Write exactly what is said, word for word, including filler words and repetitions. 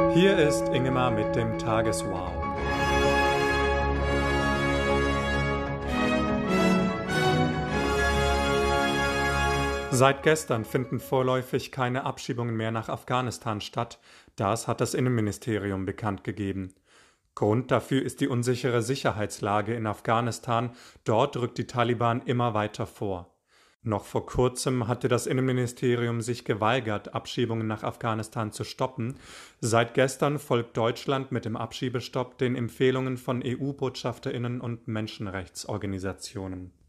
Hier ist Ingemar mit dem Tageswow. Seit gestern finden vorläufig keine Abschiebungen mehr nach Afghanistan statt. Das hat das Innenministerium bekannt gegeben. Grund dafür ist die unsichere Sicherheitslage in Afghanistan. Dort rückt die Taliban immer weiter vor. Noch vor kurzem hatte das Innenministerium sich geweigert, Abschiebungen nach Afghanistan zu stoppen. Seit gestern folgt Deutschland mit dem Abschiebestopp den Empfehlungen von E U-BotschafterInnen und Menschenrechtsorganisationen.